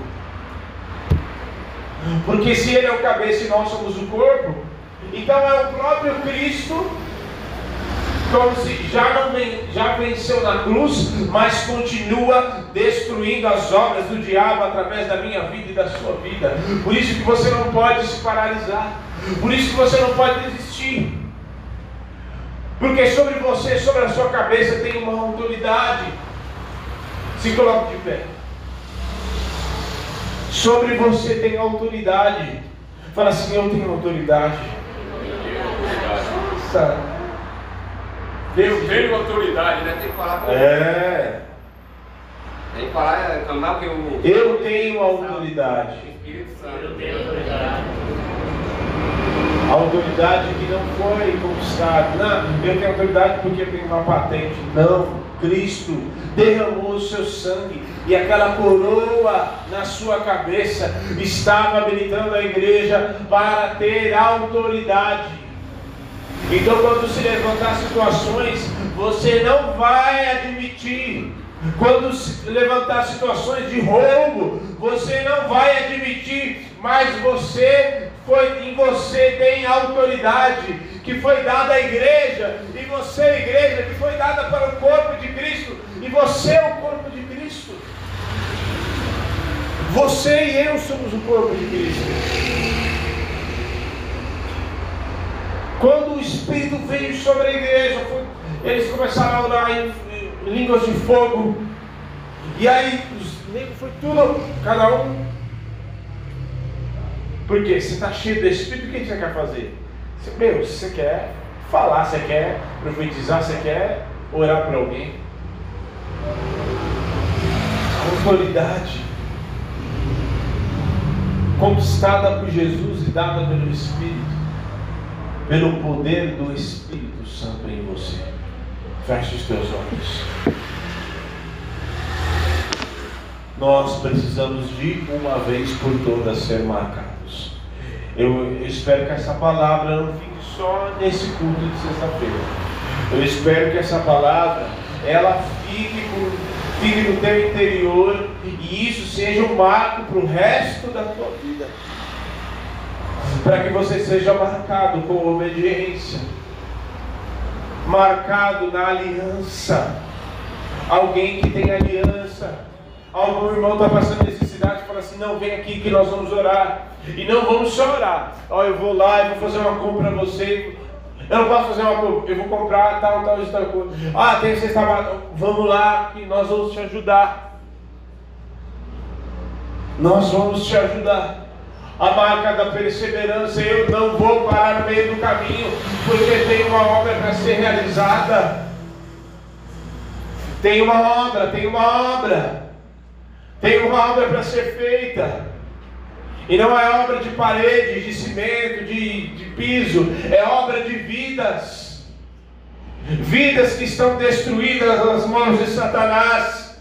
A: Porque se Ele é o cabeça e nós somos o corpo, então é o próprio Cristo, como se já, não ven, já venceu na cruz, mas continua destruindo as obras do diabo através da minha vida e da sua vida. Por isso que você não pode se paralisar. Por isso que você não pode desistir. Porque sobre você, sobre a sua cabeça tem uma autoridade. Se coloque de pé. Sobre você tem autoridade. Fala assim: eu tenho autoridade. Nossa.
B: Eu tenho autoridade, né? Tem que falar com ele.
A: É.
B: Tem que falar, cantar que eu...
A: Eu tenho autoridade.
B: Espírito Santo.
C: Eu tenho autoridade.
A: A autoridade que não foi conquistada. Não, eu tenho autoridade porque eu tenho uma patente. Não, Cristo derramou o seu sangue e aquela coroa na sua cabeça estava habilitando a igreja para ter autoridade. Então, quando se levantar situações, você não vai admitir. Quando se levantar situações de roubo, você não vai admitir, mas você foi em você tem autoridade que foi dada à igreja, e você, igreja, que foi dada para o corpo de Cristo, e você é o corpo de Cristo. Você e eu somos o corpo de Cristo. Quando o Espírito veio sobre a igreja, foi, eles começaram a orar em, em línguas de fogo, e aí os negros foi tudo, cada um. Porque você está cheio do Espírito, o que você quer fazer? Você, meu, você quer falar, você quer profetizar, você quer orar para alguém. A autoridade conquistada por Jesus e dada pelo Espírito, pelo poder do Espírito Santo em você. Feche os teus olhos. Nós precisamos de uma vez por todas ser marcados. Eu espero que essa palavra não fique só nesse culto de sexta-feira. Eu espero que essa palavra ela fique, fique no teu interior, e isso seja um marco para o resto da tua vida, para que você seja marcado com obediência, marcado na aliança. Alguém que tem aliança. Algum irmão está passando necessidade e fala assim: não, vem aqui que nós vamos orar. E não vamos só orar. Ó, eu vou lá e vou fazer uma compra para você. Eu não posso fazer uma compra, eu vou comprar tal, tal, tal coisa. Ah, tem você estava. Vamos lá que nós vamos te ajudar. Nós vamos te ajudar. A marca da perseverança: eu não vou parar no meio do caminho, porque tem uma obra para ser realizada. Tem uma obra, tem uma obra. Tem uma obra para ser feita. E não é obra de paredes, de cimento, de, de piso. É obra de vidas. Vidas que estão destruídas nas mãos de Satanás.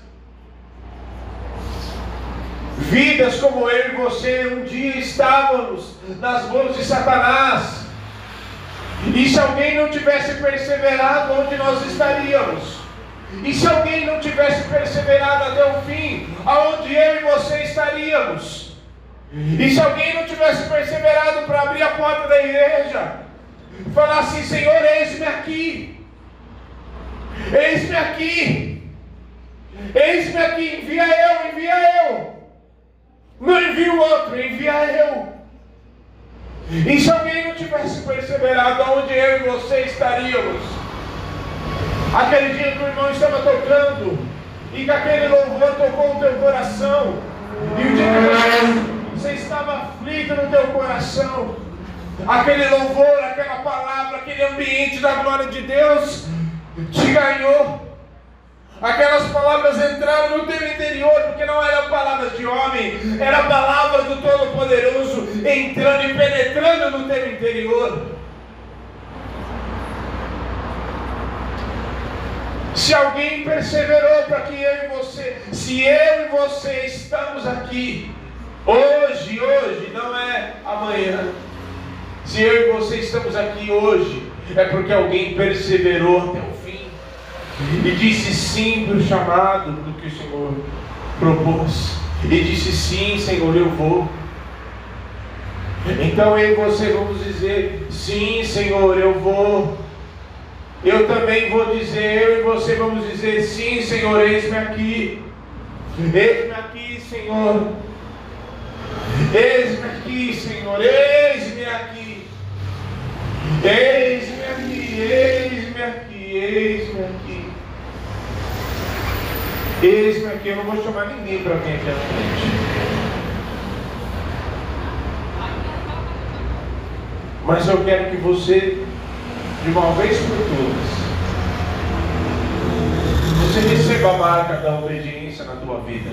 A: Vidas como eu e você um dia estávamos nas mãos de Satanás. E se alguém não tivesse perseverado, onde nós estaríamos? E se alguém não tivesse perseverado até o fim, aonde eu e você estaríamos? E se alguém não tivesse perseverado para abrir a porta da igreja, falar assim: Senhor, eis-me aqui, eis-me aqui, eis-me aqui, envia eu, envia eu, não envia o outro, envia eu. E se alguém não tivesse perseverado, aonde eu e você estaríamos? Aquele dia que o irmão estava tocando, e que aquele louvor tocou o teu coração, e o dia que você estava aflito no teu coração, aquele louvor, aquela palavra, aquele ambiente da glória de Deus te ganhou. Aquelas palavras entraram no teu interior, porque não eram palavras de homem, era a palavra do Todo-Poderoso entrando e penetrando no teu interior. Se alguém perseverou para que eu e você, se eu e você estamos aqui, hoje, hoje, não é amanhã. Se eu e você estamos aqui hoje, é porque alguém perseverou até o fim e disse sim para o chamado do que o Senhor propôs, e disse: sim, Senhor, eu vou. Então eu e você vamos dizer: sim, Senhor, eu vou. Eu também vou dizer, eu e você vamos dizer: sim, Senhor, eis-me aqui. Eis-me aqui, Senhor. Eis-me aqui, Senhor. Eis-me aqui. Eis-me aqui, eis-me aqui, eis-me aqui. Eis-me aqui. Eu não vou chamar ninguém para vir aqui à frente. Mas eu quero que você, de uma vez por todas, você receba a marca da obediência na tua vida.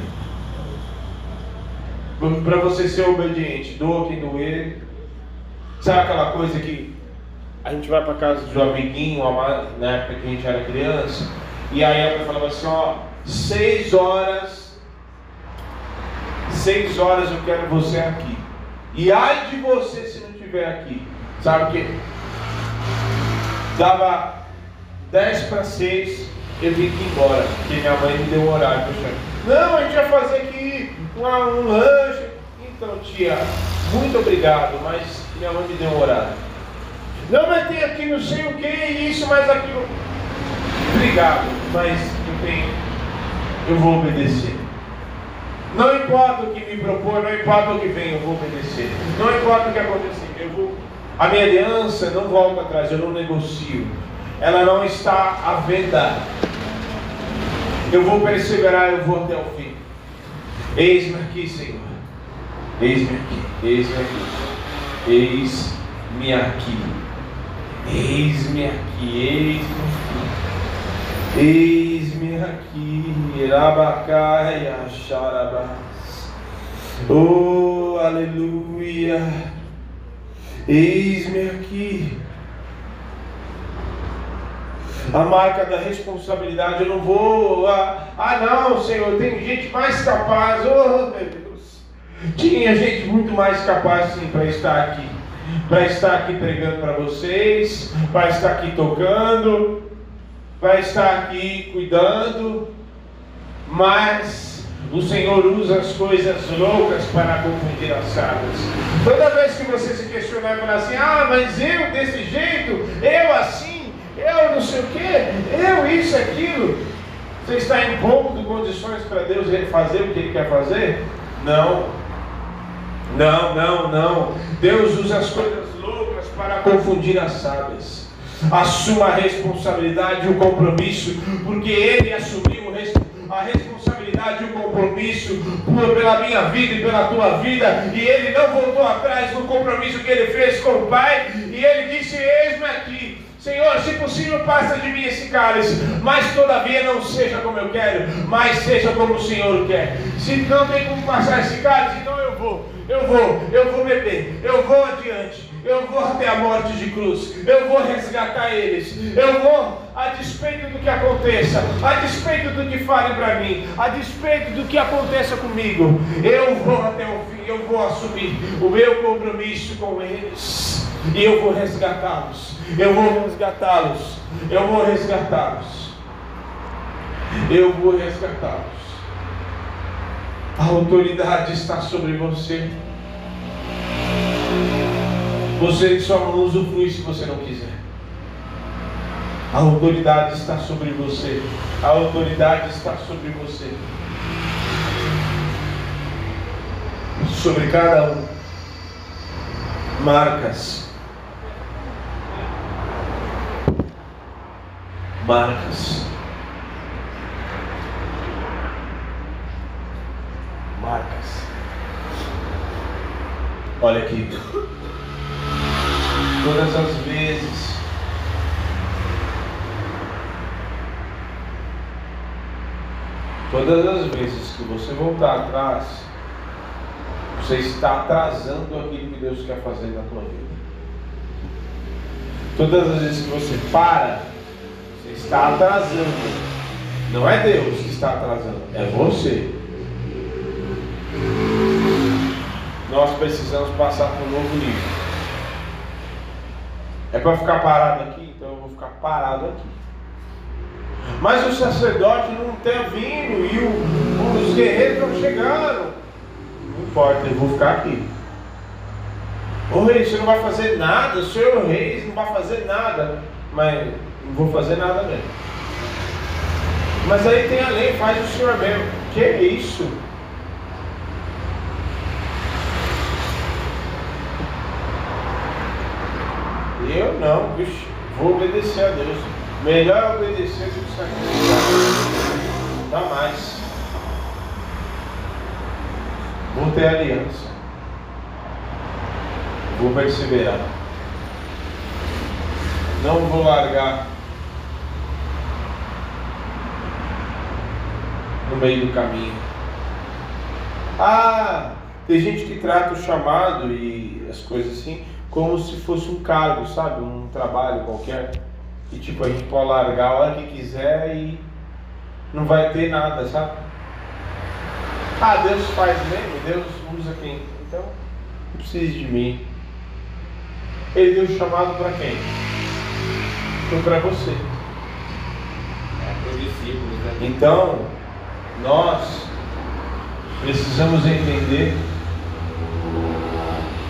A: Para você ser obediente, doa quem doer. Sabe aquela coisa que a gente vai para casa de um amiguinho, na época que a gente era criança, e aí ela falava assim: ó, seis horas, seis horas eu quero você aqui. E ai de você se não estiver aqui. Sabe o que? Dava dez para seis, eu vim aqui embora, porque minha mãe me deu um horário. Não, a gente vai fazer aqui um, um lanche. Então, tia, muito obrigado, mas minha mãe me deu um horário. Não, mas tem aqui não sei o que, isso, mas aquilo. Obrigado, mas eu tenho, eu vou obedecer. Não importa o que me propor, não importa o que vem, eu vou obedecer. Não importa o que acontecer, eu vou. A minha aliança não volta atrás, eu não negocio. Ela não está à venda. Eu vou perseverar, eu vou até o fim. Eis-me aqui, Senhor. Eis-me aqui, eis-me aqui. Eis-me aqui. Eis-me aqui, eis-me aqui. Eis-me aqui. Rabacaia, xarabás. Oh, aleluia. Eis-me aqui. A marca da responsabilidade, eu não vou. Ah, ah não, Senhor, tem gente mais capaz. Oh, meu Deus. Tinha gente muito mais capaz, sim, para estar aqui. Para estar aqui pregando para vocês, para estar aqui tocando, para estar aqui cuidando. Mas o Senhor usa as coisas loucas para confundir as sábias. Toda vez que você se questionar e falar assim, ah, mas eu desse jeito, eu assim, eu não sei o que, eu isso, aquilo. Você está impondo condições para Deus fazer o que Ele quer fazer? Não. Não, não, não. Deus usa as coisas loucas para confundir as sábias. Assuma a responsabilidade e o compromisso, porque Ele assumiu a responsabilidade e o compromisso por, pela minha vida e pela tua vida, e Ele não voltou atrás no compromisso que Ele fez com o Pai, e Ele disse, eis-me aqui. Senhor, se possível, passa de mim esse cálice, mas todavia não seja como eu quero, mas seja como o Senhor quer. Se não tem como passar esse cálice, então eu vou, eu vou, eu vou beber, eu vou adiante, eu vou até a morte de cruz, eu vou resgatar eles, eu vou, a despeito do que aconteça, a despeito do que falem para mim, a despeito do que aconteça comigo, eu vou até o fim, eu vou assumir o meu compromisso com eles, e eu vou resgatá-los. Eu vou resgatá-los. Eu vou resgatá-los. Eu vou resgatá-los. A autoridade está sobre você. Você só não usufrui se você não quiser. A autoridade está sobre você. A autoridade está sobre você. Sobre cada um. Marcas. Marcas. Marcas. Olha aqui. Todas as vezes Todas as vezes que você voltar atrás, você está atrasando aquilo que Deus quer fazer na tua vida. Todas as vezes que você para, você está atrasando. Não é Deus que está atrasando, é você. Nós precisamos passar para um novo nível. É para ficar parado aqui, então eu vou ficar parado aqui. Mas o sacerdote não está vindo e o, os guerreiros estão chegando. Não importa, eu vou ficar aqui. Ô rei, você não vai fazer nada, o senhor rei não vai fazer nada. Mas não vou fazer nada mesmo. Mas aí tem a lei, faz o senhor mesmo. Que é isso? Eu não, bicho, vou obedecer a Deus. Melhor obedecer do que sacrificar. Jamais. Vou ter aliança. Vou perseverar. Não vou largar no meio do caminho. Ah, tem gente que trata o chamado e as coisas assim como se fosse um cargo, sabe? Um trabalho qualquer. E tipo, a gente pode largar a hora que quiser e não vai ter nada, sabe? Ah, Deus faz mesmo, Deus usa quem? Então, não precisa de mim. Ele deu o chamado para quem? Foi para você.
B: É para os discípulos, né?
A: Então, nós precisamos entender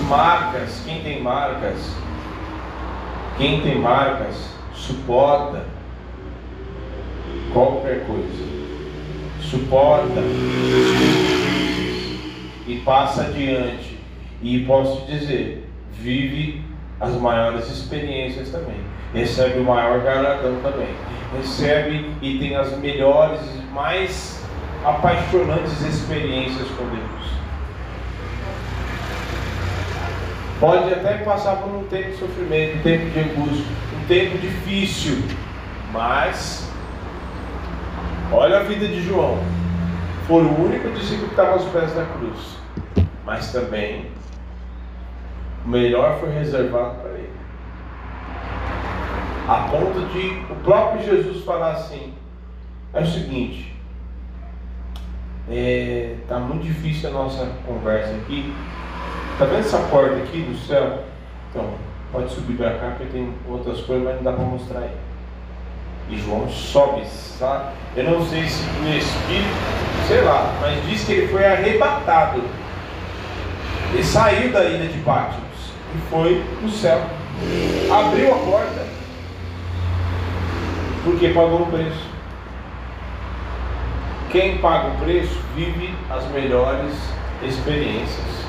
A: marcas, quem tem marcas, quem tem marcas, suporta qualquer coisa, suporta e passa adiante, e posso te dizer, vive as maiores experiências também, recebe o maior galardão também, recebe e tem as melhores, mais apaixonantes experiências com Deus. Pode até passar por um tempo de sofrimento, um tempo de angústia, um tempo difícil, mas olha a vida de João. Foi o único discípulo que estava aos pés da cruz, mas também o melhor foi reservado para ele, a ponto de o próprio Jesus falar assim: é o seguinte, está é, muito difícil a nossa conversa aqui. Está vendo essa porta aqui do céu? Então, pode subir para cá, porque tem outras coisas, mas não dá para mostrar aí. E João sobe, sabe? Eu não sei se no Espírito, sei lá, mas diz que ele foi arrebatado. Ele saiu da ilha de Pátimos e foi no céu. Abriu a porta, porque pagou o preço. Quem paga o preço vive as melhores experiências.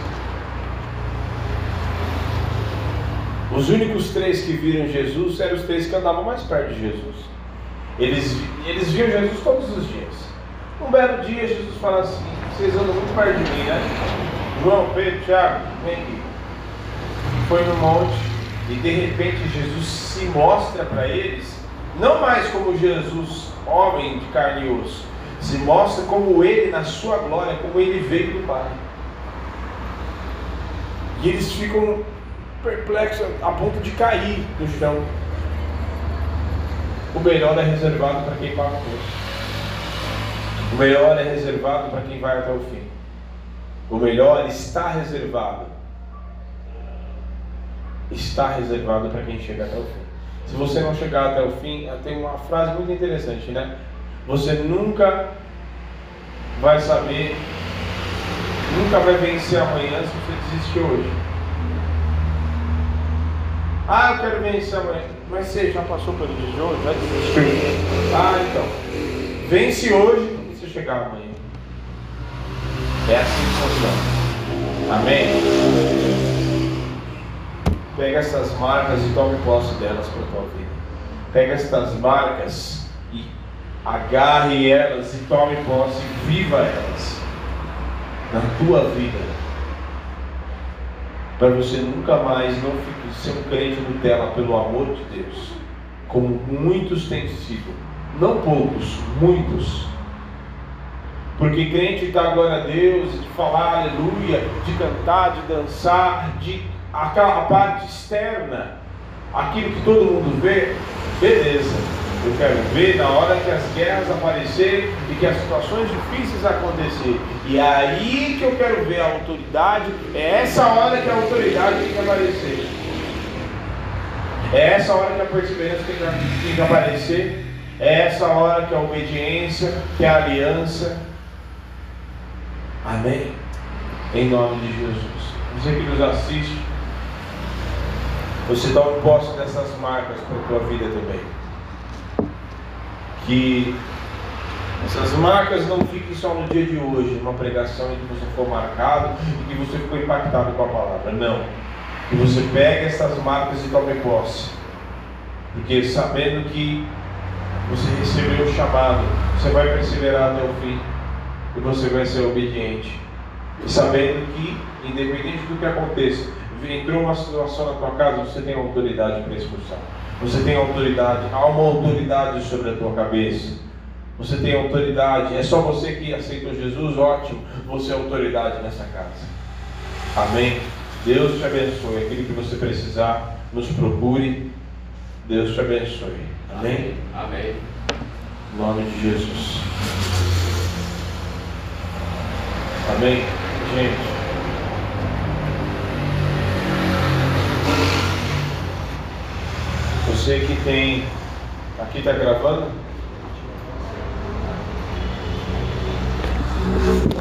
A: Os únicos três que viram Jesus eram os três que andavam mais perto de Jesus. Eles, eles viam Jesus todos os dias. Um belo dia Jesus fala assim: vocês andam muito perto de mim, né? João, Pedro, Tiago, vem aqui. Foi no monte e de repente Jesus se mostra para eles, não mais como Jesus, homem de carne e osso, se mostra como ele na sua glória, como ele veio do Pai. E eles ficam perplexos a ponto de cair no chão. O melhor é reservado para quem paga o preço. O melhor é reservado para quem vai até o fim. O melhor está reservado. Está reservado para quem chega até o fim. Se você não chegar até o fim, tem uma frase muito interessante, né? Você nunca vai saber, nunca vai vencer amanhã se você desistir hoje. Ah, eu quero vencer amanhã. Mas você já passou pelo dia de hoje? Já desistiu? Ah, então. Vence hoje para você chegar amanhã. É assim que funciona. Amém? Pega essas marcas e tome posse delas para a tua vida. Pega essas marcas e agarre elas e tome posse e viva elas na tua vida. Para você nunca mais não fique, ser um crente Nutella pelo amor de Deus, como muitos têm sido, não poucos, muitos. Porque crente dá glória a Deus, de falar aleluia, de cantar, de dançar, de aquela parte externa, aquilo que todo mundo vê, beleza. Eu quero ver na hora que as guerras aparecerem e que as situações difíceis acontecerem. E é aí que eu quero ver a autoridade. É essa hora que a autoridade tem que aparecer. É essa hora que a perseverança tem que, tem que aparecer. É essa hora que a obediência, que a aliança. Amém? Em nome de Jesus. Você que nos assiste, você toma posse dessas marcas para a tua vida também. Que essas marcas não fiquem só no dia de hoje, numa pregação em que você for marcado e que você ficou impactado com a palavra. Não. Que você pegue essas marcas e tome posse. Porque sabendo que você recebeu o chamado, você vai perseverar até o fim e você vai ser obediente. E sabendo que, independente do que aconteça, entrou uma situação na tua casa, você tem autoridade para expulsar. Você tem autoridade, há uma autoridade sobre a tua cabeça. Você tem autoridade, é só você que aceitou Jesus, ótimo, você é autoridade nessa casa. Amém? Deus te abençoe. Aquilo que você precisar, nos procure. Deus te abençoe. Amém?
B: Amém.
A: Em nome de Jesus. Amém? Gente. Você que tem... Aqui está gravando?